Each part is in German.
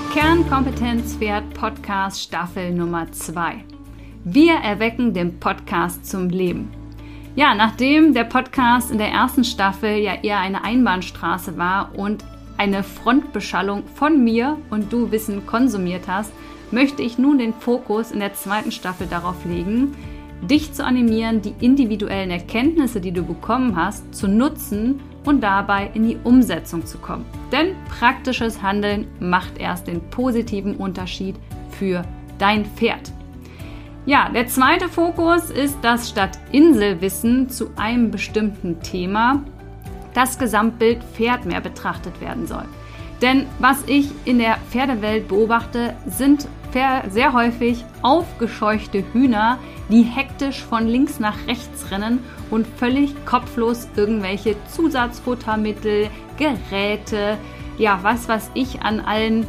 Kernkompetenz Pferd Podcast Staffel Nummer 2. Wir erwecken den Podcast zum Leben. Ja, nachdem der Podcast in der ersten Staffel ja eher eine Einbahnstraße war und eine Frontbeschallung von mir und du Wissen konsumiert hast, möchte ich nun den Fokus in der zweiten Staffel darauf legen, dich zu animieren, die individuellen Erkenntnisse, die du bekommen hast, zu nutzen und dabei in die Umsetzung zu kommen. Denn praktisches Handeln macht erst den positiven Unterschied für dein Pferd. Ja, der zweite Fokus ist, dass statt Inselwissen zu einem bestimmten Thema das Gesamtbild Pferd mehr betrachtet werden soll. Denn was ich in der Pferdewelt beobachte, sind sehr häufig aufgescheuchte Hühner, die hektisch von links nach rechts rennen und völlig kopflos irgendwelche Zusatzfuttermittel, Geräte, ja, was weiß ich, an allen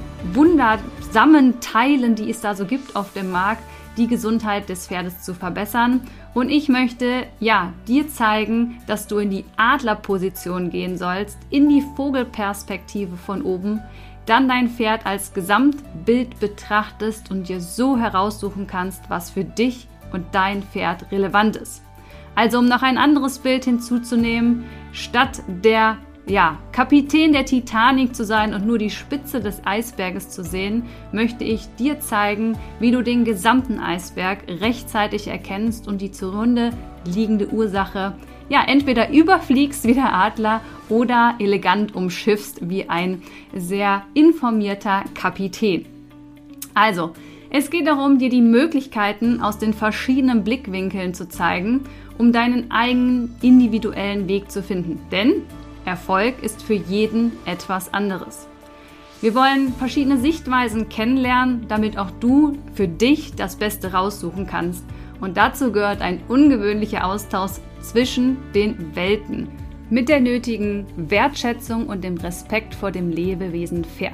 wundersamen Teilen, die es da so gibt auf dem Markt, die Gesundheit des Pferdes zu verbessern. Und ich möchte, ja, dir zeigen, dass du in die Adlerposition gehen sollst, in die Vogelperspektive von oben, dann dein Pferd als Gesamtbild betrachtest und dir so heraussuchen kannst, was für dich und dein Pferd relevant ist. Also um noch ein anderes Bild hinzuzunehmen, statt der Kapitän der Titanic zu sein und nur die Spitze des Eisberges zu sehen, möchte ich dir zeigen, wie du den gesamten Eisberg rechtzeitig erkennst und die zugrunde liegende Ursache entweder überfliegst wie der Adler oder elegant umschiffst wie ein sehr informierter Kapitän. Also, es geht darum, dir die Möglichkeiten aus den verschiedenen Blickwinkeln zu zeigen, um deinen eigenen individuellen Weg zu finden. Denn Erfolg ist für jeden etwas anderes. Wir wollen verschiedene Sichtweisen kennenlernen, damit auch du für dich das Beste raussuchen kannst. Und dazu gehört ein ungewöhnlicher Austausch zwischen den Welten mit der nötigen Wertschätzung und dem Respekt vor dem Lebewesen Pferd.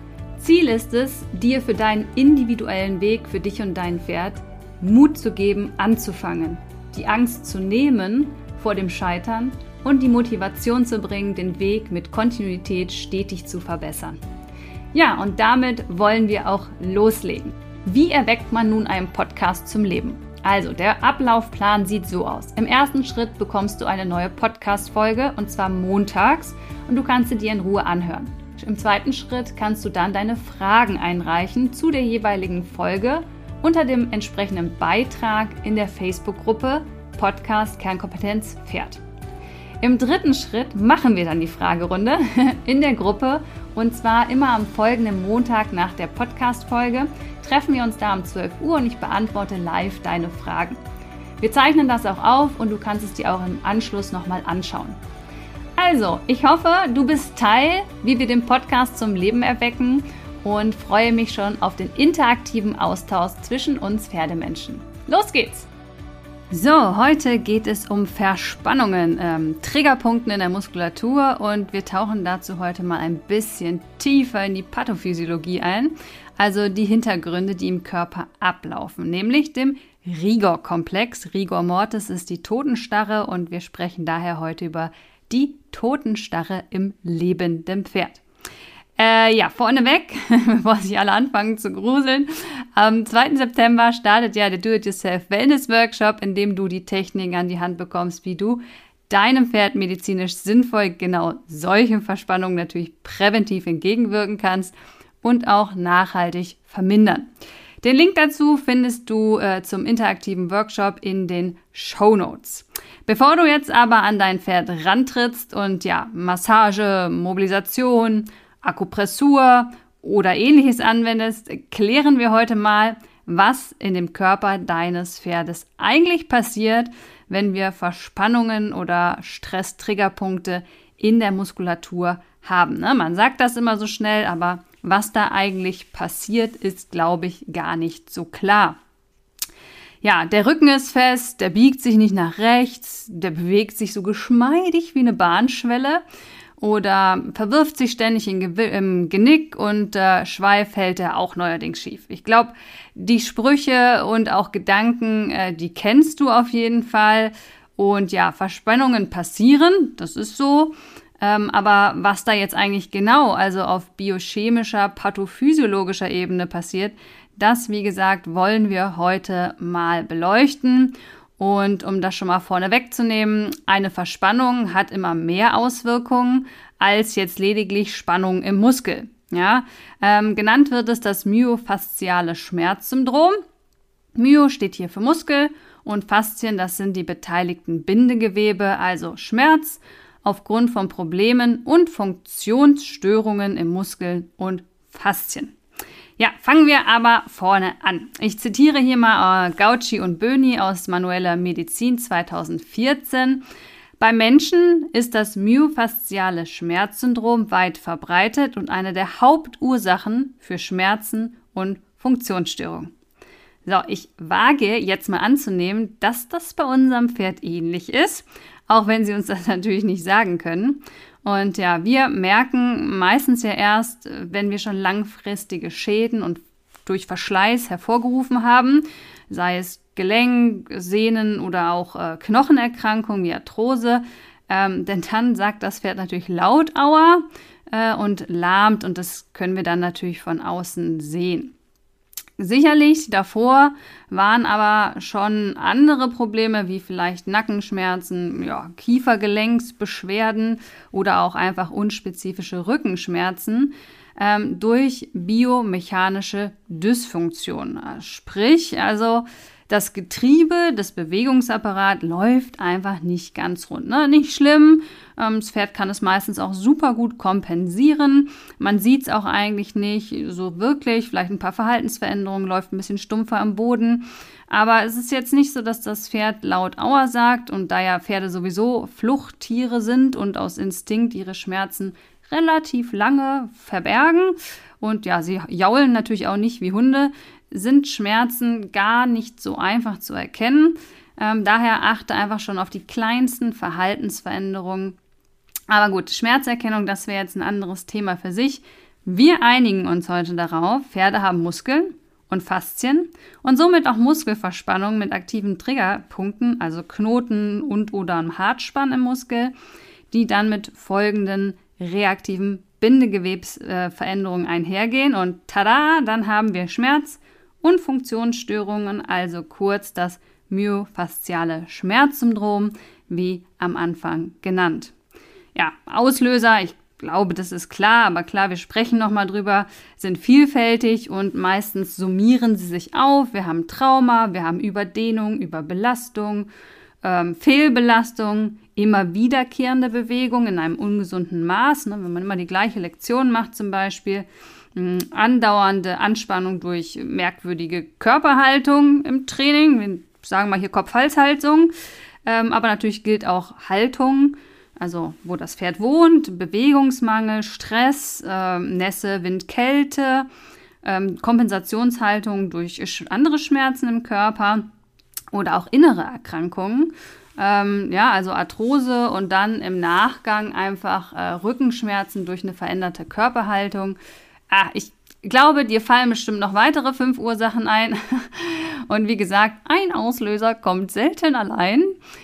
Ziel ist es, dir für deinen individuellen Weg für dich und dein Pferd Mut zu geben, anzufangen, die Angst zu nehmen vor dem Scheitern und die Motivation zu bringen, den Weg mit Kontinuität stetig zu verbessern. Ja, und damit wollen wir auch loslegen. Wie erweckt man nun einen Podcast zum Leben? Also, der Ablaufplan sieht so aus. Im ersten Schritt bekommst du eine neue Podcast-Folge und zwar montags und du kannst sie dir in Ruhe anhören. Im zweiten Schritt kannst du dann deine Fragen einreichen zu der jeweiligen Folge unter dem entsprechenden Beitrag in der Facebook-Gruppe Podcast Kernkompetenz Pferd. Im dritten Schritt machen wir dann die Fragerunde in der Gruppe und zwar immer am folgenden Montag nach der Podcast-Folge treffen wir uns da um 12 Uhr und ich beantworte live deine Fragen. Wir zeichnen das auch auf und du kannst es dir auch im Anschluss nochmal anschauen. Also, ich hoffe, du bist Teil, wie wir den Podcast zum Leben erwecken und freue mich schon auf den interaktiven Austausch zwischen uns Pferdemenschen. Los geht's! So, heute geht es um Verspannungen, Triggerpunkten in der Muskulatur und wir tauchen dazu heute mal ein bisschen tiefer in die Pathophysiologie ein, also die Hintergründe, die im Körper ablaufen, nämlich dem Rigor-Komplex. Rigor mortis ist die Totenstarre und wir sprechen daher heute über die Totenstarre im lebenden Pferd. Vorneweg, bevor sich alle anfangen zu gruseln, am 2. September startet ja der Do-It-Yourself-Wellness-Workshop, in dem du die Techniken an die Hand bekommst, wie du deinem Pferd medizinisch sinnvoll genau solchen Verspannungen natürlich präventiv entgegenwirken kannst und auch nachhaltig vermindern. Den Link dazu findest du zum interaktiven Workshop in den Shownotes. Bevor du jetzt aber an dein Pferd rantrittst und Massage, Mobilisation, Akupressur oder ähnliches anwendest, klären wir heute mal, was in dem Körper deines Pferdes eigentlich passiert, wenn wir Verspannungen oder Stress-Triggerpunkte in der Muskulatur haben. Man sagt das immer so schnell, aber was da eigentlich passiert, ist, glaube ich, gar nicht so klar. Ja, der Rücken ist fest, der biegt sich nicht nach rechts, der bewegt sich so geschmeidig wie eine Bahnschwelle oder verwirft sich ständig im Genick und Schweif hält er auch neuerdings schief. Ich glaube, die Sprüche und auch Gedanken, die kennst du auf jeden Fall. Und ja, Verspannungen passieren, das ist so. Aber was da jetzt eigentlich genau, also auf biochemischer, pathophysiologischer Ebene passiert, das, wie gesagt, wollen wir heute mal beleuchten. Und um das schon mal vorne wegzunehmen, eine Verspannung hat immer mehr Auswirkungen als jetzt lediglich Spannung im Muskel. Ja? Genannt wird es das myofasziale Schmerzsyndrom. Myo steht hier für Muskel und Faszien, das sind die beteiligten Bindegewebe, also Schmerz aufgrund von Problemen und Funktionsstörungen im Muskel und Faszien. Ja, fangen wir aber vorne an. Ich zitiere hier mal Gauci und Böhni aus Manueller Medizin 2014. Beim Menschen ist das myofasziale Schmerzsyndrom weit verbreitet und eine der Hauptursachen für Schmerzen und Funktionsstörungen. So, ich wage jetzt mal anzunehmen, dass das bei unserem Pferd ähnlich ist, auch wenn sie uns das natürlich nicht sagen können. Und ja, wir merken meistens ja erst, wenn wir schon langfristige Schäden und durch Verschleiß hervorgerufen haben, sei es Gelenk, Sehnen oder auch Knochenerkrankungen wie Arthrose, denn dann sagt das Pferd natürlich laut Aua und lahmt und das können wir dann natürlich von außen sehen. Sicherlich davor waren aber schon andere Probleme wie vielleicht Nackenschmerzen, ja, Kiefergelenksbeschwerden oder auch einfach unspezifische Rückenschmerzen durch biomechanische Dysfunktion. Sprich, also das Getriebe, das Bewegungsapparat läuft einfach nicht ganz rund. Ne? Nicht schlimm, das Pferd kann es meistens auch super gut kompensieren. Man sieht es auch eigentlich nicht so wirklich. Vielleicht ein paar Verhaltensveränderungen, läuft ein bisschen stumpfer am Boden. Aber es ist jetzt nicht so, dass das Pferd laut Aua sagt. Und da ja Pferde sowieso Fluchttiere sind und aus Instinkt ihre Schmerzen relativ lange verbergen und ja, sie jaulen natürlich auch nicht wie Hunde, sind Schmerzen gar nicht so einfach zu erkennen. Daher achte einfach schon auf die kleinsten Verhaltensveränderungen. Aber gut, Schmerzerkennung, das wäre jetzt ein anderes Thema für sich. Wir einigen uns heute darauf, Pferde haben Muskeln und Faszien und somit auch Muskelverspannung mit aktiven Triggerpunkten, also Knoten und oder einem Hartspann im Muskel, die dann mit folgenden reaktiven Bindegewebsveränderungen einhergehen. Und tada, dann haben wir Schmerz und Funktionsstörungen, also kurz das myofasziale Schmerzsyndrom, wie am Anfang genannt. Ja, Auslöser, ich glaube, das ist klar, aber klar, wir sprechen nochmal drüber, sind vielfältig und meistens summieren sie sich auf. Wir haben Trauma, wir haben Überdehnung, Überbelastung, Fehlbelastung, immer wiederkehrende Bewegung in einem ungesunden Maß, ne, wenn man immer die gleiche Lektion macht zum Beispiel, andauernde Anspannung durch merkwürdige Körperhaltung im Training, wir sagen mal hier Kopf-Hals-Haltung, aber natürlich gilt auch Haltung, also wo das Pferd wohnt, Bewegungsmangel, Stress, Nässe, Wind, Kälte, Kompensationshaltung durch andere Schmerzen im Körper oder auch innere Erkrankungen. Also Arthrose und dann im Nachgang einfach Rückenschmerzen durch eine veränderte Körperhaltung. Ich glaube, dir fallen bestimmt noch weitere 5 Ursachen ein. Und wie gesagt, ein Auslöser kommt selten allein.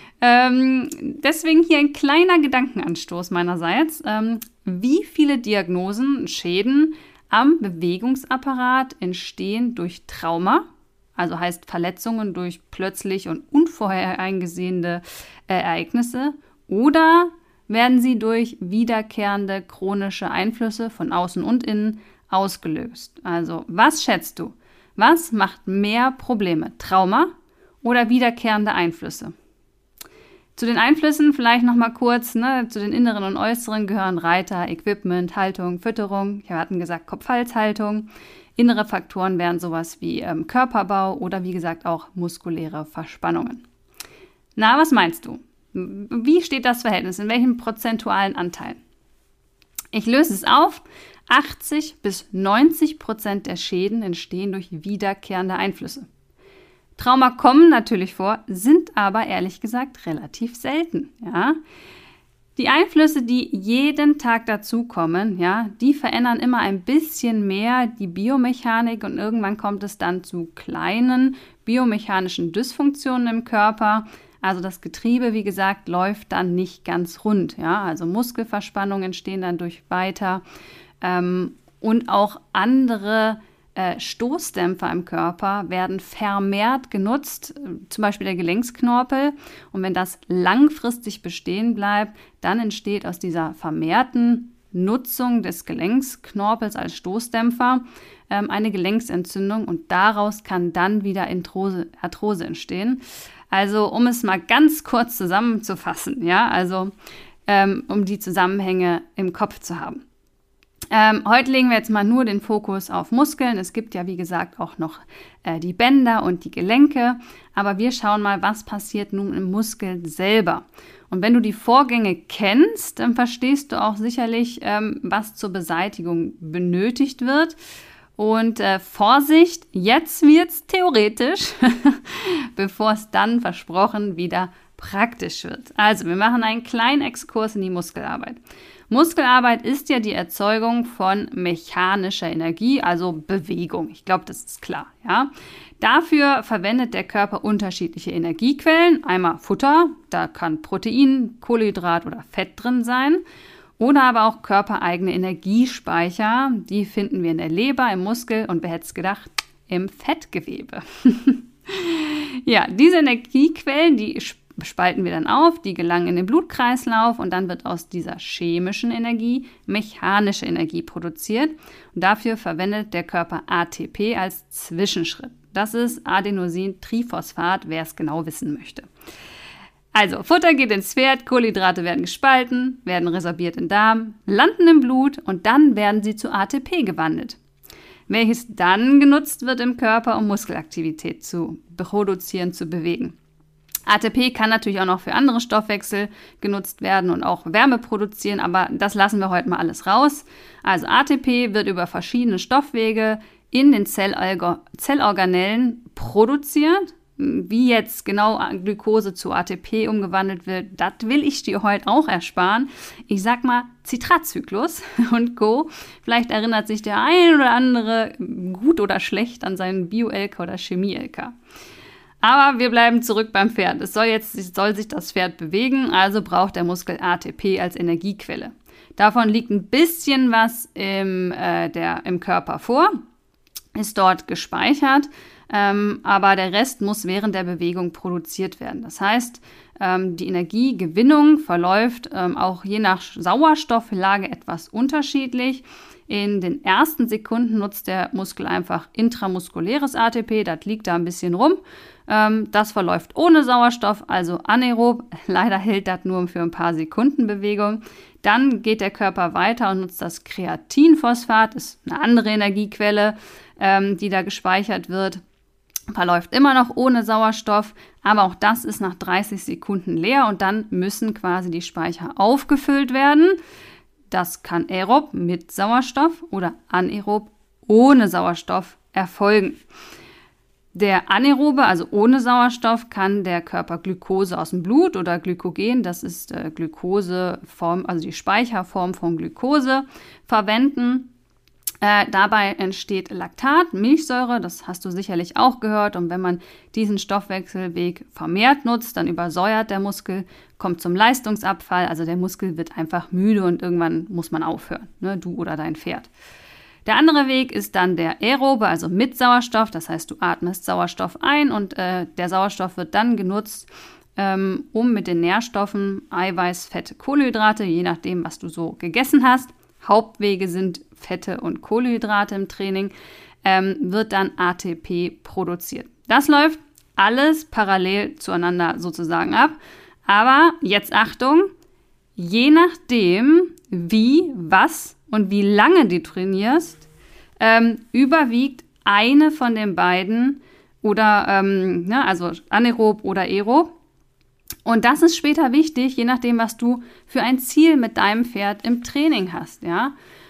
Deswegen hier ein kleiner Gedankenanstoß meinerseits. Wie viele Diagnosen, Schäden am Bewegungsapparat entstehen durch Trauma? Also heißt Verletzungen durch plötzlich und unvorhergesehene Ereignisse, oder werden sie durch wiederkehrende chronische Einflüsse von außen und innen ausgelöst? Also was schätzt du? Was macht mehr Probleme? Trauma oder wiederkehrende Einflüsse? Zu den Einflüssen vielleicht nochmal kurz, zu den inneren und äußeren gehören Reiter, Equipment, Haltung, Fütterung. Wir hatten gesagt Kopf-Hals-Haltung. Innere Faktoren wären sowas wie Körperbau oder wie gesagt auch muskuläre Verspannungen. Na, was meinst du? Wie steht das Verhältnis? In welchem prozentualen Anteil? Ich löse es auf. 80-90% der Schäden entstehen durch wiederkehrende Einflüsse. Trauma kommen natürlich vor, sind aber ehrlich gesagt relativ selten. Ja? Die Einflüsse, die jeden Tag dazukommen, ja, die verändern immer ein bisschen mehr die Biomechanik und irgendwann kommt es dann zu kleinen biomechanischen Dysfunktionen im Körper. Also das Getriebe, wie gesagt, läuft dann nicht ganz rund. Ja? Also Muskelverspannungen entstehen dann durch weiter und auch andere Stoßdämpfer im Körper werden vermehrt genutzt, zum Beispiel der Gelenksknorpel. Und wenn das langfristig bestehen bleibt, dann entsteht aus dieser vermehrten Nutzung des Gelenksknorpels als Stoßdämpfer eine Gelenksentzündung und daraus kann dann wieder Arthrose entstehen. Also um es mal ganz kurz zusammenzufassen, ja, also um die Zusammenhänge im Kopf zu haben. Heute legen wir jetzt mal nur den Fokus auf Muskeln. Es gibt ja, wie gesagt, auch noch die Bänder und die Gelenke. Aber wir schauen mal, was passiert nun im Muskel selber. Und wenn du die Vorgänge kennst, dann verstehst du auch sicherlich, was zur Beseitigung benötigt wird. Und Vorsicht, jetzt wird's theoretisch, bevor es dann versprochen wieder praktisch wird. Also, wir machen einen kleinen Exkurs in die Muskelarbeit. Muskelarbeit ist ja die Erzeugung von mechanischer Energie, also Bewegung. Ich glaube, das ist klar, ja. Dafür verwendet der Körper unterschiedliche Energiequellen. Einmal Futter, da kann Protein, Kohlenhydrat oder Fett drin sein. Oder aber auch körpereigene Energiespeicher. Die finden wir in der Leber, im Muskel und wer hätte es gedacht, im Fettgewebe. Ja, diese Energiequellen, die spalten wir dann auf, die gelangen in den Blutkreislauf und dann wird aus dieser chemischen Energie mechanische Energie produziert. Und dafür verwendet der Körper ATP als Zwischenschritt. Das ist Adenosintriphosphat, wer es genau wissen möchte. Also, Futter geht ins Pferd, Kohlenhydrate werden gespalten, werden resorbiert im Darm, landen im Blut und dann werden sie zu ATP gewandelt, welches dann genutzt wird im Körper, um Muskelaktivität zu produzieren, zu bewegen. ATP kann natürlich auch noch für andere Stoffwechsel genutzt werden und auch Wärme produzieren, aber das lassen wir heute mal alles raus. Also ATP wird über verschiedene Stoffwege in den Zellorganellen produziert. Wie jetzt genau Glucose zu ATP umgewandelt wird, das will ich dir heute auch ersparen. Ich sag mal Zitratzyklus und Co. Vielleicht erinnert sich der ein oder andere gut oder schlecht an seinen Bio-LK oder Chemie-LK. Aber wir bleiben zurück beim Pferd. Es soll sich das Pferd bewegen, also braucht der Muskel ATP als Energiequelle. Davon liegt ein bisschen was im Körper vor, ist dort gespeichert. Aber der Rest muss während der Bewegung produziert werden. Das heißt, die Energiegewinnung verläuft auch je nach Sauerstofflage etwas unterschiedlich. In den ersten Sekunden nutzt der Muskel einfach intramuskuläres ATP, das liegt da ein bisschen rum. Das verläuft ohne Sauerstoff, also anaerob. Leider hält das nur für ein paar Sekunden Bewegung. Dann geht der Körper weiter und nutzt das Kreatinphosphat, das ist eine andere Energiequelle, die da gespeichert wird. Verläuft immer noch ohne Sauerstoff, aber auch das ist nach 30 Sekunden leer und dann müssen quasi die Speicher aufgefüllt werden. Das kann aerob mit Sauerstoff oder anaerob ohne Sauerstoff erfolgen. Der anaerobe, also ohne Sauerstoff, kann der Körper Glucose aus dem Blut oder Glykogen, das ist Glukoseform, also die Speicherform von Glucose, verwenden. Dabei entsteht Laktat, Milchsäure, das hast du sicherlich auch gehört. Und wenn man diesen Stoffwechselweg vermehrt nutzt, dann übersäuert der Muskel, kommt zum Leistungsabfall. Also der Muskel wird einfach müde und irgendwann muss man aufhören, ne, du oder dein Pferd. Der andere Weg ist dann der aerobe, also mit Sauerstoff. Das heißt, du atmest Sauerstoff ein und der Sauerstoff wird dann genutzt, um mit den Nährstoffen Eiweiß, Fett, Kohlenhydrate, je nachdem, was du so gegessen hast, Hauptwege sind Fette und Kohlenhydrate im Training, wird dann ATP produziert. Das läuft alles parallel zueinander sozusagen ab. Aber jetzt Achtung, je nachdem, wie, was und wie lange du trainierst, überwiegt eine von den beiden oder also anaerob oder aerob. Und das ist später wichtig, je nachdem, was du für ein Ziel mit deinem Pferd im Training hast, ja.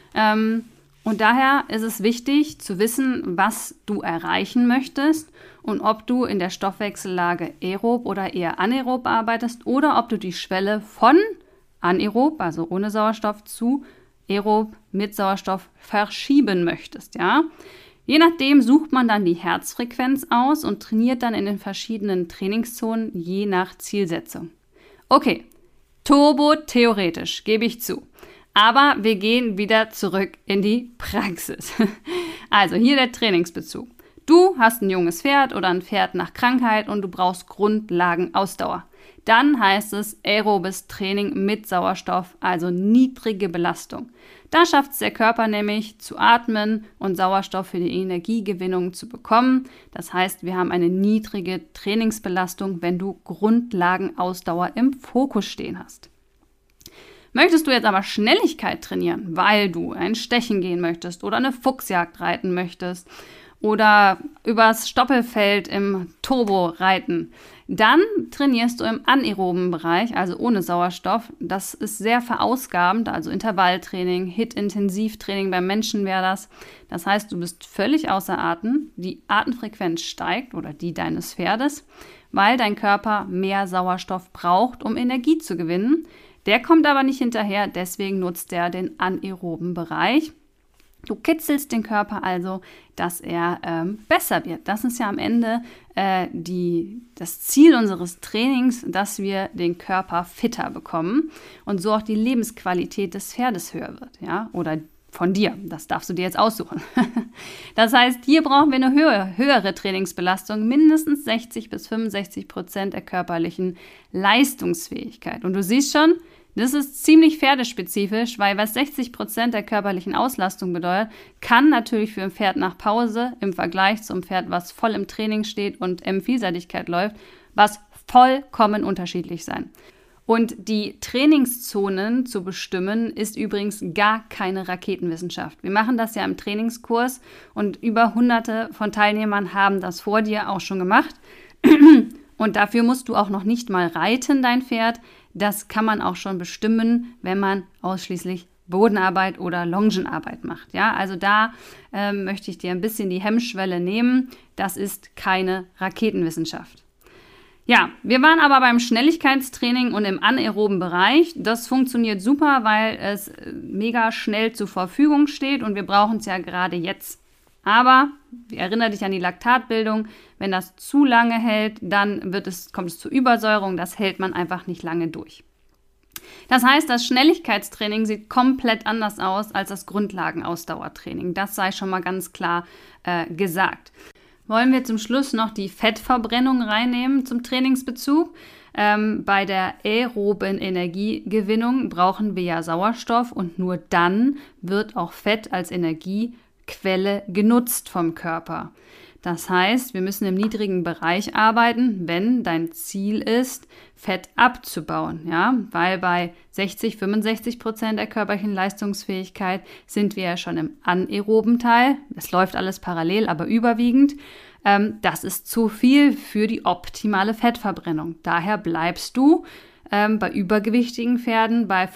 Und daher ist es wichtig zu wissen, was du erreichen möchtest und ob du in der Stoffwechsellage aerob oder eher anaerob arbeitest oder ob du die Schwelle von anaerob, also ohne Sauerstoff, zu aerob mit Sauerstoff verschieben möchtest, ja. Je nachdem sucht man dann die Herzfrequenz aus und trainiert dann in den verschiedenen Trainingszonen je nach Zielsetzung. Okay, turbo theoretisch, gebe ich zu. Aber wir gehen wieder zurück in die Praxis. Also hier der Trainingsbezug. Du hast ein junges Pferd oder ein Pferd nach Krankheit und du brauchst Grundlagenausdauer. Dann heißt es aerobes Training mit Sauerstoff, also niedrige Belastung. Da schafft es der Körper nämlich zu atmen und Sauerstoff für die Energiegewinnung zu bekommen. Das heißt, wir haben eine niedrige Trainingsbelastung, wenn du Grundlagenausdauer im Fokus stehen hast. Möchtest du jetzt aber Schnelligkeit trainieren, weil du ein Stechen gehen möchtest oder eine Fuchsjagd reiten möchtest oder übers Stoppelfeld im Turbo reiten, dann trainierst du im anaeroben Bereich, also ohne Sauerstoff. Das ist sehr verausgabend, also Intervalltraining, HIIT-Intensivtraining beim Menschen wäre das. Das heißt, du bist völlig außer Atem, die Atemfrequenz steigt oder die deines Pferdes, weil dein Körper mehr Sauerstoff braucht, um Energie zu gewinnen. Der kommt aber nicht hinterher, deswegen nutzt er den anaeroben Bereich. Du kitzelst den Körper also, dass er besser wird. Das ist ja am Ende das Ziel unseres Trainings, dass wir den Körper fitter bekommen und so auch die Lebensqualität des Pferdes höher wird, ja, oder von dir. Das darfst du dir jetzt aussuchen. Das heißt, hier brauchen wir eine höhere Trainingsbelastung, mindestens 60-65% der körperlichen Leistungsfähigkeit. Und du siehst schon, das ist ziemlich pferdespezifisch, weil was 60% der körperlichen Auslastung bedeutet, kann natürlich für ein Pferd nach Pause im Vergleich zum Pferd, was voll im Training steht und in Vielseitigkeit läuft, was vollkommen unterschiedlich sein. Und die Trainingszonen zu bestimmen, ist übrigens gar keine Raketenwissenschaft. Wir machen das ja im Trainingskurs und über Hunderte von Teilnehmern haben das vor dir auch schon gemacht. Und dafür musst du auch noch nicht mal reiten, dein Pferd. Das kann man auch schon bestimmen, wenn man ausschließlich Bodenarbeit oder Longenarbeit macht. Ja, also da möchte ich dir ein bisschen die Hemmschwelle nehmen. Das ist keine Raketenwissenschaft. Ja, wir waren aber beim Schnelligkeitstraining und im anaeroben Bereich. Das funktioniert super, weil es mega schnell zur Verfügung steht und wir brauchen es ja gerade jetzt. Aber erinnere dich an die Laktatbildung. Wenn das zu lange hält, dann kommt es zur Übersäuerung. Das hält man einfach nicht lange durch. Das heißt, das Schnelligkeitstraining sieht komplett anders aus als das Grundlagenausdauertraining. Das sei schon mal ganz klar gesagt. Wollen wir zum Schluss noch die Fettverbrennung reinnehmen zum Trainingsbezug? Bei der aeroben Energiegewinnung brauchen wir ja Sauerstoff und nur dann wird auch Fett als Energiequelle genutzt vom Körper. Das heißt, wir müssen im niedrigen Bereich arbeiten, wenn dein Ziel ist, Fett abzubauen. Ja? Weil bei 60-65% der körperlichen Leistungsfähigkeit sind wir ja schon im anaeroben Teil. Es läuft alles parallel, aber überwiegend. Das ist zu viel für die optimale Fettverbrennung. Daher bleibst du bei übergewichtigen Pferden bei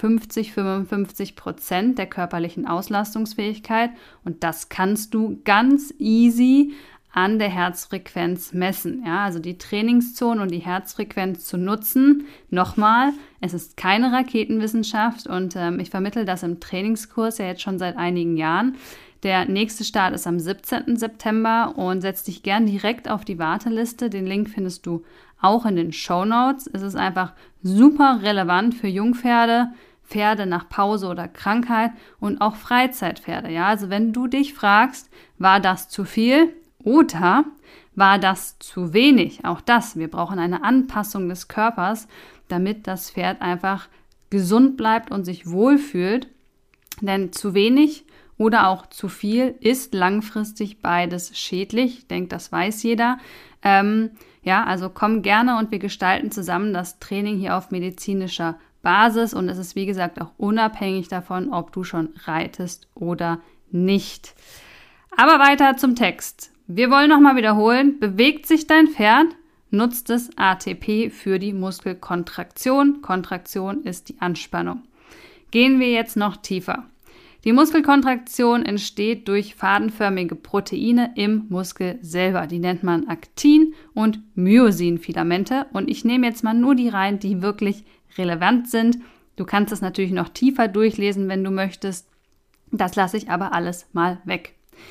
50-55% der körperlichen Auslastungsfähigkeit. Und das kannst du ganz easy an der Herzfrequenz messen. Ja, also die Trainingszone und die Herzfrequenz zu nutzen. Nochmal, es ist keine Raketenwissenschaft und ich vermittle das im Trainingskurs ja jetzt schon seit einigen Jahren. Der nächste Start ist am 17. September und setz dich gern direkt auf die Warteliste. Den Link findest du auch in den Shownotes. Es ist einfach super relevant für Jungpferde, Pferde nach Pause oder Krankheit und auch Freizeitpferde. Ja, also wenn du dich fragst, war das zu viel? Oder war das zu wenig? Auch das, wir brauchen eine Anpassung des Körpers, damit das Pferd einfach gesund bleibt und sich wohlfühlt. Denn zu wenig oder auch zu viel ist langfristig beides schädlich. Ich denke, das weiß jeder. Ja, also komm gerne und wir gestalten zusammen das Training hier auf medizinischer Basis. Und es ist, wie gesagt, auch unabhängig davon, ob du schon reitest oder nicht. Aber weiter zum Text. Wir wollen nochmal wiederholen, bewegt sich dein Pferd, nutzt es ATP für die Muskelkontraktion. Kontraktion ist die Anspannung. Gehen wir jetzt noch tiefer. Die Muskelkontraktion entsteht durch fadenförmige Proteine im Muskel selber. Die nennt man Aktin- und Myosin-Filamente. Und ich nehme jetzt mal nur die rein, die wirklich relevant sind. Du kannst es natürlich noch tiefer durchlesen, wenn du möchtest. Das lasse ich aber alles mal weg.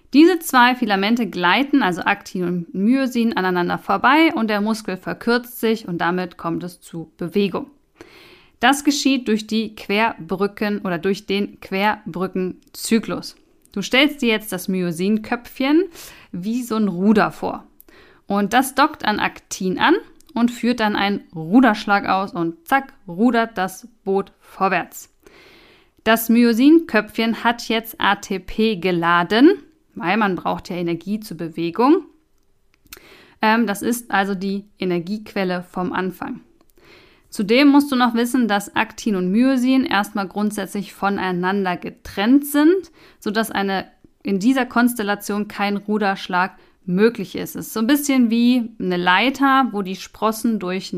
Diese 2 Filamente gleiten, also Aktin und Myosin, aneinander vorbei und der Muskel verkürzt sich und damit kommt es zu Bewegung. Das geschieht durch die Querbrücken oder durch den Querbrückenzyklus. Du stellst dir jetzt das Myosinköpfchen wie so ein Ruder vor. Und das dockt an Aktin an und führt dann einen Ruderschlag aus und zack, rudert das Boot vorwärts. Das Myosinköpfchen hat jetzt ATP geladen, weil man braucht ja Energie zur Bewegung. Das ist also die Energiequelle vom Anfang. Zudem musst du noch wissen, dass Aktin und Myosin erstmal grundsätzlich voneinander getrennt sind, sodass in dieser Konstellation kein Ruderschlag möglich ist. Es ist so ein bisschen wie eine Leiter, wo die Sprossen durch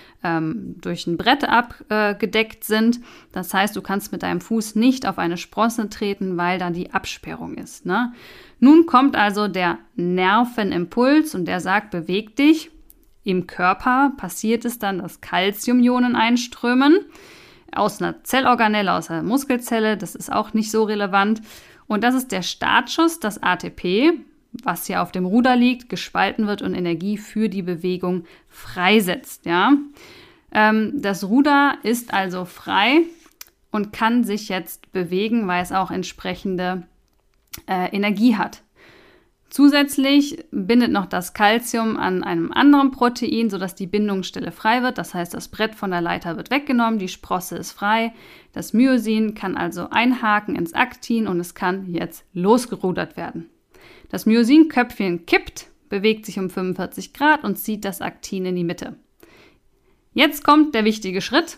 ein Brett abgedeckt sind. Das heißt, du kannst mit deinem Fuß nicht auf eine Sprosse treten, weil da die Absperrung ist, ne? Nun kommt also der Nervenimpuls und der sagt, beweg dich. Im Körper passiert es dann, dass Calciumionen einströmen aus einer Zellorganelle, aus einer Muskelzelle. Das ist auch nicht so relevant. Und das ist der Startschuss, dass ATP, was hier auf dem Ruder liegt, gespalten wird und Energie für die Bewegung freisetzt. Ja? Das Ruder ist also frei und kann sich jetzt bewegen, weil es auch entsprechende Energie hat. Zusätzlich bindet noch das Calcium an einem anderen Protein, sodass die Bindungsstelle frei wird. Das heißt, das Brett von der Leiter wird weggenommen, die Sprosse ist frei. Das Myosin kann also einhaken ins Aktin und es kann jetzt losgerudert werden. Das Myosinköpfchen kippt, bewegt sich um 45 Grad und zieht das Aktin in die Mitte. Jetzt kommt der wichtige Schritt.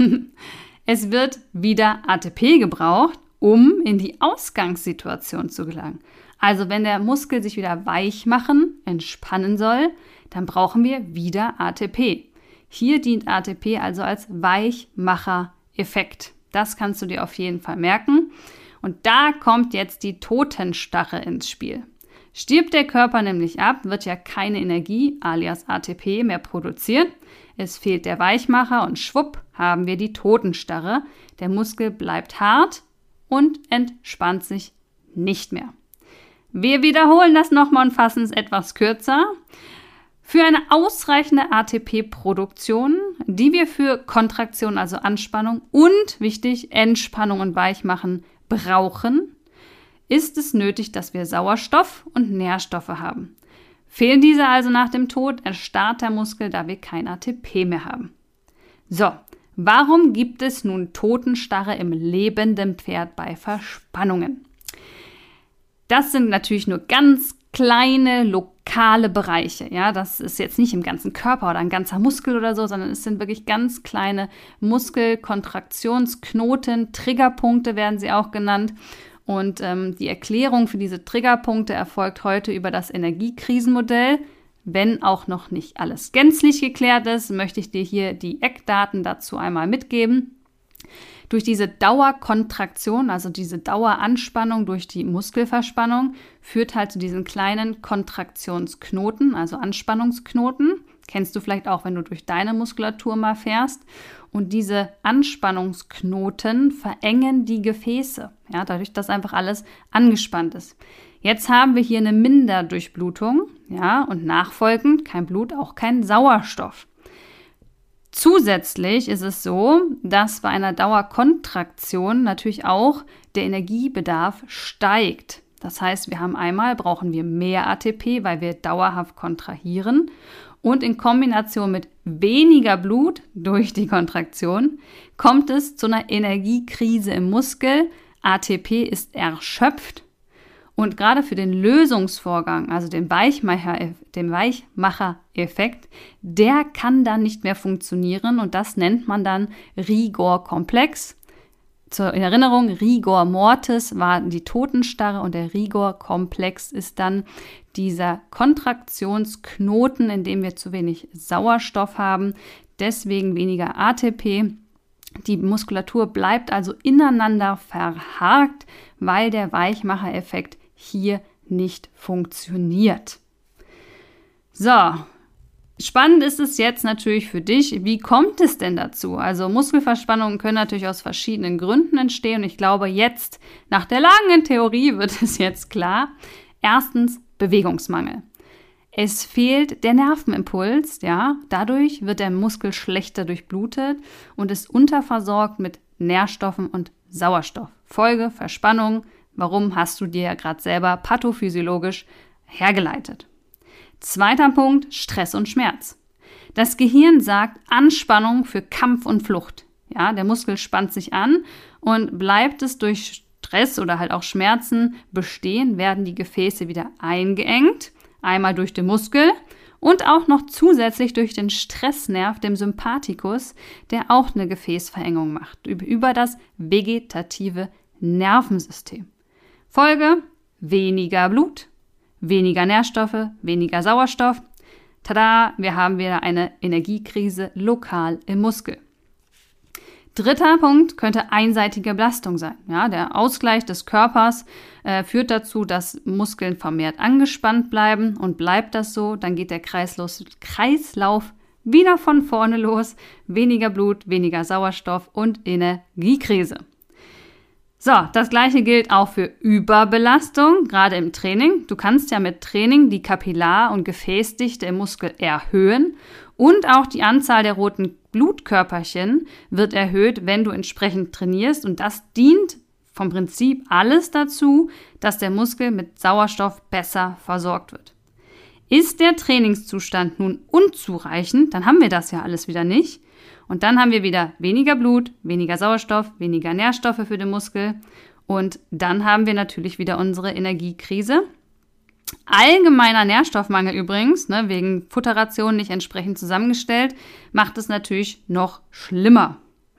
Es wird wieder ATP gebraucht, um in die Ausgangssituation zu gelangen. Also wenn der Muskel sich wieder weich machen, entspannen soll, dann brauchen wir wieder ATP. Hier dient ATP also als Weichmacher-Effekt. Das kannst du dir auf jeden Fall merken. Und da kommt jetzt die Totenstarre ins Spiel. Stirbt der Körper nämlich ab, wird ja keine Energie, alias ATP, mehr produziert. Es fehlt der Weichmacher und schwupp haben wir die Totenstarre. Der Muskel bleibt hart und entspannt sich nicht mehr. Wir wiederholen das nochmal und fassen es etwas kürzer. Für eine ausreichende ATP-Produktion, die wir für Kontraktion, also Anspannung und, wichtig, Entspannung und Weichmachen brauchen, ist es nötig, dass wir Sauerstoff und Nährstoffe haben. Fehlen diese also nach dem Tod, erstarrt der Muskel, da wir kein ATP mehr haben. So, warum gibt es nun Totenstarre im lebenden Pferd bei Verspannungen? Das sind natürlich nur ganz kleine, lokale Bereiche. Ja, das ist jetzt nicht im ganzen Körper oder ein ganzer Muskel oder so, sondern es sind wirklich ganz kleine Muskelkontraktionsknoten, Triggerpunkte werden sie auch genannt. Und die Erklärung für diese Triggerpunkte erfolgt heute über das Energiekrisenmodell. Wenn auch noch nicht alles gänzlich geklärt ist, möchte ich dir hier die Eckdaten dazu einmal mitgeben. Durch diese Dauerkontraktion, also diese Daueranspannung durch die Muskelverspannung, führt halt zu diesen kleinen Kontraktionsknoten, also Anspannungsknoten. Kennst du vielleicht auch, wenn du durch deine Muskulatur mal fährst. Und diese Anspannungsknoten verengen die Gefäße, ja, dadurch, dass einfach alles angespannt ist. Jetzt haben wir hier eine Minderdurchblutung, ja, und nachfolgend kein Blut, auch kein Sauerstoff. Zusätzlich ist es so, dass bei einer Dauerkontraktion natürlich auch der Energiebedarf steigt. Das heißt, brauchen wir mehr ATP, weil wir dauerhaft kontrahieren. Und in Kombination mit weniger Blut durch die Kontraktion kommt es zu einer Energiekrise im Muskel. ATP ist erschöpft. Und gerade für den Lösungsvorgang, also den Weichmacher-Effekt, der kann dann nicht mehr funktionieren und das nennt man dann Rigor-Komplex. In Erinnerung, Rigor Mortis war die Totenstarre und der Rigor-Komplex ist dann dieser Kontraktionsknoten, in dem wir zu wenig Sauerstoff haben, deswegen weniger ATP. Die Muskulatur bleibt also ineinander verhakt, weil der Weichmacher-Effekt hier nicht funktioniert. So, spannend ist es jetzt natürlich für dich, wie kommt es denn dazu? Also Muskelverspannungen können natürlich aus verschiedenen Gründen entstehen und ich glaube jetzt, nach der langen Theorie wird es jetzt klar, Erstens Bewegungsmangel. Es fehlt der Nervenimpuls, ja, dadurch wird der Muskel schlechter durchblutet und ist unterversorgt mit Nährstoffen und Sauerstoff. Folge Verspannung. Warum hast du dir ja gerade selber pathophysiologisch hergeleitet? Zweiter Punkt, Stress und Schmerz. Das Gehirn sagt Anspannung für Kampf und Flucht. Ja, der Muskel spannt sich an und bleibt es durch Stress oder halt auch Schmerzen bestehen, werden die Gefäße wieder eingeengt. Einmal durch den Muskel und auch noch zusätzlich durch den Stressnerv, dem Sympathikus, der auch eine Gefäßverengung macht, über das vegetative Nervensystem. Folge: weniger Blut, weniger Nährstoffe, weniger Sauerstoff. Tada, wir haben wieder eine Energiekrise lokal im Muskel. Dritter Punkt könnte einseitige Belastung sein. Ja, der Ausgleich des Körpers führt dazu, dass Muskeln vermehrt angespannt bleiben, und bleibt das so, dann geht der Kreislauf wieder von vorne los. Weniger Blut, weniger Sauerstoff und Energiekrise. So, das gleiche gilt auch für Überbelastung, gerade im Training. Du kannst ja mit Training die Kapillar- und Gefäßdichte im Muskel erhöhen und auch die Anzahl der roten Blutkörperchen wird erhöht, wenn du entsprechend trainierst, und das dient vom Prinzip alles dazu, dass der Muskel mit Sauerstoff besser versorgt wird. Ist der Trainingszustand nun unzureichend, dann haben wir das ja alles wieder nicht. Und dann haben wir wieder weniger Blut, weniger Sauerstoff, weniger Nährstoffe für den Muskel. Und dann haben wir natürlich wieder unsere Energiekrise. Allgemeiner Nährstoffmangel übrigens, wegen Futterration nicht entsprechend zusammengestellt, macht es natürlich noch schlimmer.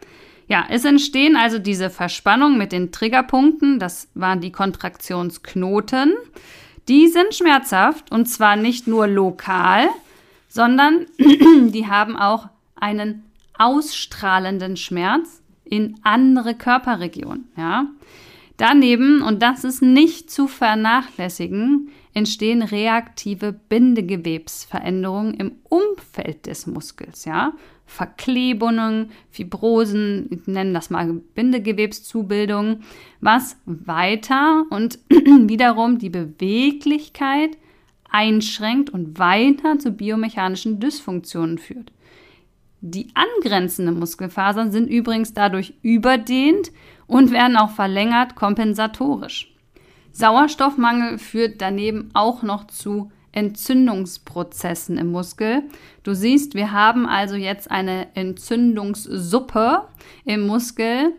Ja, es entstehen also diese Verspannungen mit den Triggerpunkten, das waren die Kontraktionsknoten. Die sind schmerzhaft, und zwar nicht nur lokal, sondern die haben auch einen ausstrahlenden Schmerz in andere Körperregionen. Ja. Daneben, und das ist nicht zu vernachlässigen, entstehen reaktive Bindegewebsveränderungen im Umfeld des Muskels. Ja. Verklebungen, Fibrosen, ich nenne das mal Bindegewebszubildung, was weiter und wiederum die Beweglichkeit einschränkt und weiter zu biomechanischen Dysfunktionen führt. Die angrenzenden Muskelfasern sind übrigens dadurch überdehnt und werden auch verlängert kompensatorisch. Sauerstoffmangel führt daneben auch noch zu Entzündungsprozessen im Muskel. Du siehst, wir haben also jetzt eine Entzündungssuppe im Muskel,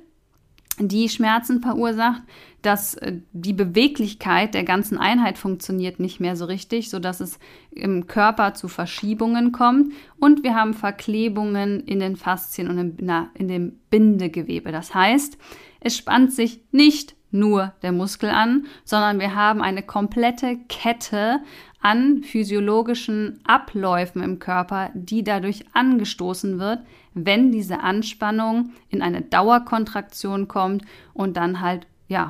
die Schmerzen verursacht, dass die Beweglichkeit der ganzen Einheit funktioniert nicht mehr so richtig, sodass es im Körper zu Verschiebungen kommt, und wir haben Verklebungen in den Faszien und in dem Bindegewebe. Das heißt, es spannt sich nicht nur der Muskel an, sondern wir haben eine komplette Kette an physiologischen Abläufen im Körper, die dadurch angestoßen wird, wenn diese Anspannung in eine Dauerkontraktion kommt und dann halt,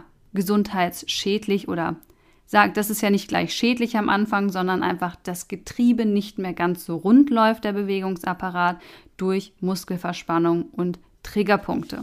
gesundheitsschädlich, oder das ist ja nicht gleich schädlich am Anfang, sondern einfach das Getriebe nicht mehr ganz so rund läuft, der Bewegungsapparat, durch Muskelverspannung und Triggerpunkte.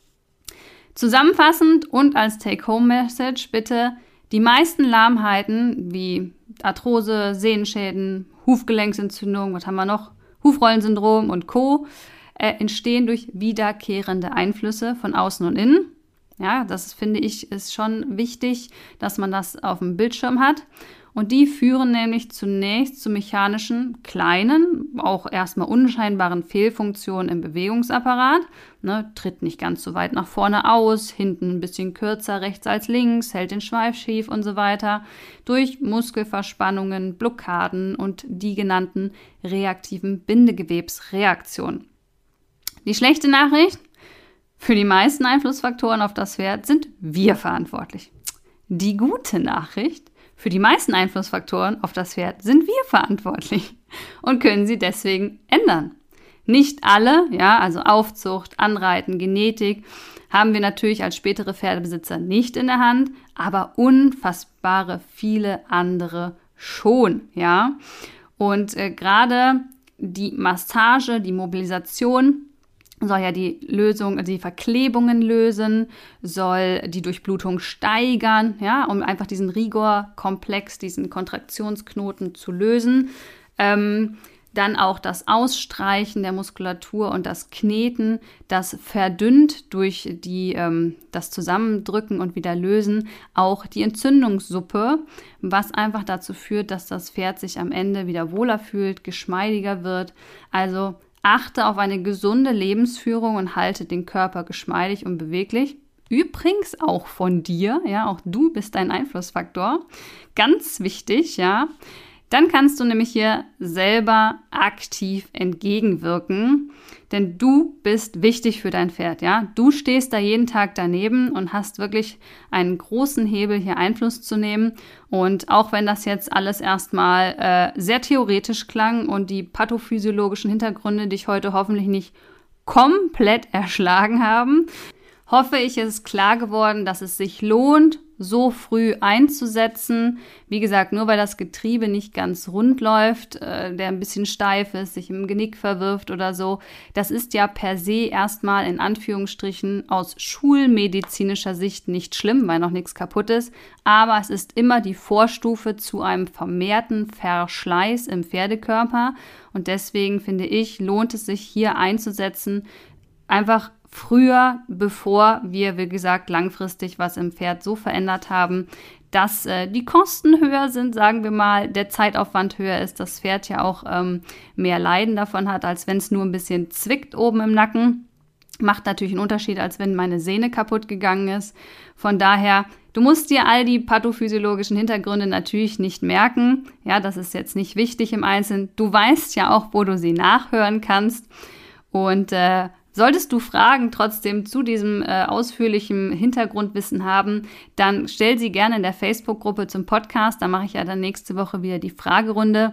Zusammenfassend und als Take-Home-Message bitte: die meisten Lahmheiten wie Arthrose, Sehenschäden, Hufgelenksentzündung, was haben wir noch? Hufrollensyndrom und Co. Entstehen durch wiederkehrende Einflüsse von außen und innen. Ja, das finde ich ist schon wichtig, dass man das auf dem Bildschirm hat. Und die führen nämlich zunächst zu mechanischen, kleinen, auch erstmal unscheinbaren Fehlfunktionen im Bewegungsapparat. Tritt nicht ganz so weit nach vorne aus, hinten ein bisschen kürzer, rechts als links, hält den Schweif schief und so weiter. Durch Muskelverspannungen, Blockaden und die genannten reaktiven Bindegewebsreaktionen. Die schlechte Nachricht: für die meisten Einflussfaktoren auf das Pferd sind wir verantwortlich. Die gute Nachricht: für die meisten Einflussfaktoren auf das Pferd sind wir verantwortlich und können sie deswegen ändern. Nicht alle, also Aufzucht, Anreiten, Genetik, haben wir natürlich als spätere Pferdebesitzer nicht in der Hand, aber unfassbare viele andere schon, ja. Und gerade die Massage, die Mobilisation soll ja die Verklebungen lösen, soll die Durchblutung steigern, ja, um einfach diesen Rigorkomplex, diesen Kontraktionsknoten zu lösen. Dann auch das Ausstreichen der Muskulatur und das Kneten, das verdünnt durch das Zusammendrücken und wieder lösen, auch die Entzündungssuppe, was einfach dazu führt, dass das Pferd sich am Ende wieder wohler fühlt, geschmeidiger wird. Also achte auf eine gesunde Lebensführung und halte den Körper geschmeidig und beweglich. Übrigens auch von dir, ja, auch du bist ein Einflussfaktor. Ganz wichtig, ja. Dann kannst du nämlich hier selber aktiv entgegenwirken, denn du bist wichtig für dein Pferd, ja. Du stehst da jeden Tag daneben und hast wirklich einen großen Hebel, hier Einfluss zu nehmen. Und auch wenn das jetzt alles erstmal sehr theoretisch klang und die pathophysiologischen Hintergründe dich heute hoffentlich nicht komplett erschlagen haben, hoffe ich, es ist klar geworden, dass es sich lohnt, so früh einzusetzen. Wie gesagt, nur weil das Getriebe nicht ganz rund läuft, der ein bisschen steif ist, sich im Genick verwirft oder so, das ist ja per se erstmal in Anführungsstrichen aus schulmedizinischer Sicht nicht schlimm, weil noch nichts kaputt ist. Aber es ist immer die Vorstufe zu einem vermehrten Verschleiß im Pferdekörper. Und deswegen finde ich, lohnt es sich hier einzusetzen, einfach früher, bevor wir, wie gesagt, langfristig was im Pferd so verändert haben, dass die Kosten höher sind, sagen wir mal, der Zeitaufwand höher ist, das Pferd ja auch mehr Leiden davon hat, als wenn es nur ein bisschen zwickt oben im Nacken. Macht natürlich einen Unterschied, als wenn meine Sehne kaputt gegangen ist. Von daher, du musst dir all die pathophysiologischen Hintergründe natürlich nicht merken. Ja, das ist jetzt nicht wichtig im Einzelnen. Du weißt ja auch, wo du sie nachhören kannst. Und solltest du Fragen trotzdem zu diesem ausführlichen Hintergrundwissen haben, dann stell sie gerne in der Facebook-Gruppe zum Podcast. Da mache ich ja dann nächste Woche wieder die Fragerunde.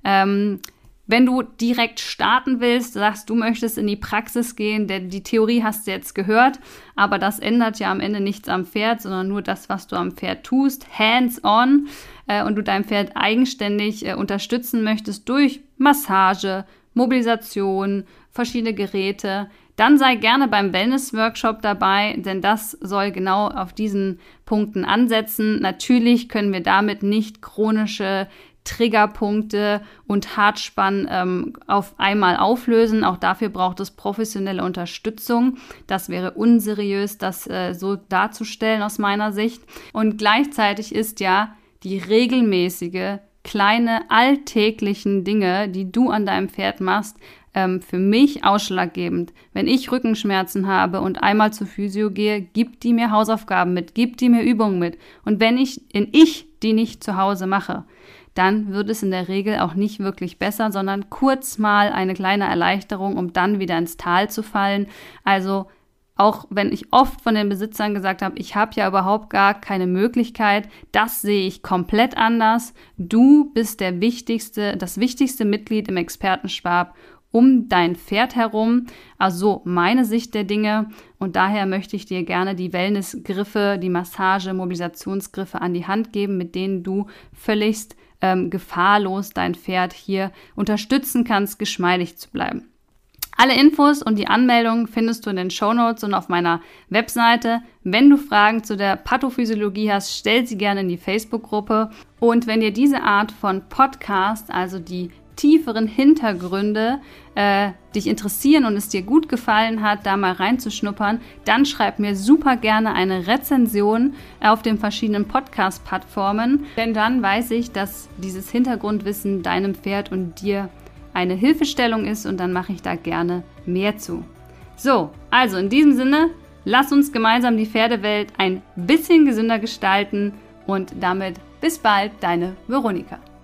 Wenn du direkt starten willst, sagst, du möchtest in die Praxis gehen, denn die Theorie hast du jetzt gehört, aber das ändert ja am Ende nichts am Pferd, sondern nur das, was du am Pferd tust, hands-on, und du dein Pferd eigenständig unterstützen möchtest durch Massage, Mobilisation, verschiedene Geräte, dann sei gerne beim Wellness-Workshop dabei, denn das soll genau auf diesen Punkten ansetzen. Natürlich können wir damit nicht chronische Triggerpunkte und Hartspann auf einmal auflösen. Auch dafür braucht es professionelle Unterstützung. Das wäre unseriös, das so darzustellen aus meiner Sicht. Und gleichzeitig ist ja die regelmäßige, kleine, alltäglichen Dinge, die du an deinem Pferd machst, für mich ausschlaggebend. Wenn ich Rückenschmerzen habe und einmal zur Physio gehe, gibt die mir Hausaufgaben mit, gibt die mir Übungen mit. Und wenn ich die nicht zu Hause mache, dann wird es in der Regel auch nicht wirklich besser, sondern kurz mal eine kleine Erleichterung, um dann wieder ins Tal zu fallen. Also auch wenn ich oft von den Besitzern gesagt habe, ich habe ja überhaupt gar keine Möglichkeit, das sehe ich komplett anders. Du bist das wichtigste Mitglied im Expertenstab um dein Pferd herum, also meine Sicht der Dinge, und daher möchte ich dir gerne die Wellnessgriffe, die Massage, Mobilisationsgriffe an die Hand geben, mit denen du völligst gefahrlos dein Pferd hier unterstützen kannst, geschmeidig zu bleiben. Alle Infos und die Anmeldung findest du in den Shownotes und auf meiner Webseite. Wenn du Fragen zu der Pathophysiologie hast, stell sie gerne in die Facebook-Gruppe. Und wenn dir diese Art von Podcast, also die tieferen Hintergründe, dich interessieren und es dir gut gefallen hat, da mal reinzuschnuppern, dann schreib mir super gerne eine Rezension auf den verschiedenen Podcast-Plattformen, denn dann weiß ich, dass dieses Hintergrundwissen deinem Pferd und dir eine Hilfestellung ist und dann mache ich da gerne mehr zu. So, also in diesem Sinne, lass uns gemeinsam die Pferdewelt ein bisschen gesünder gestalten und damit bis bald, deine Veronika.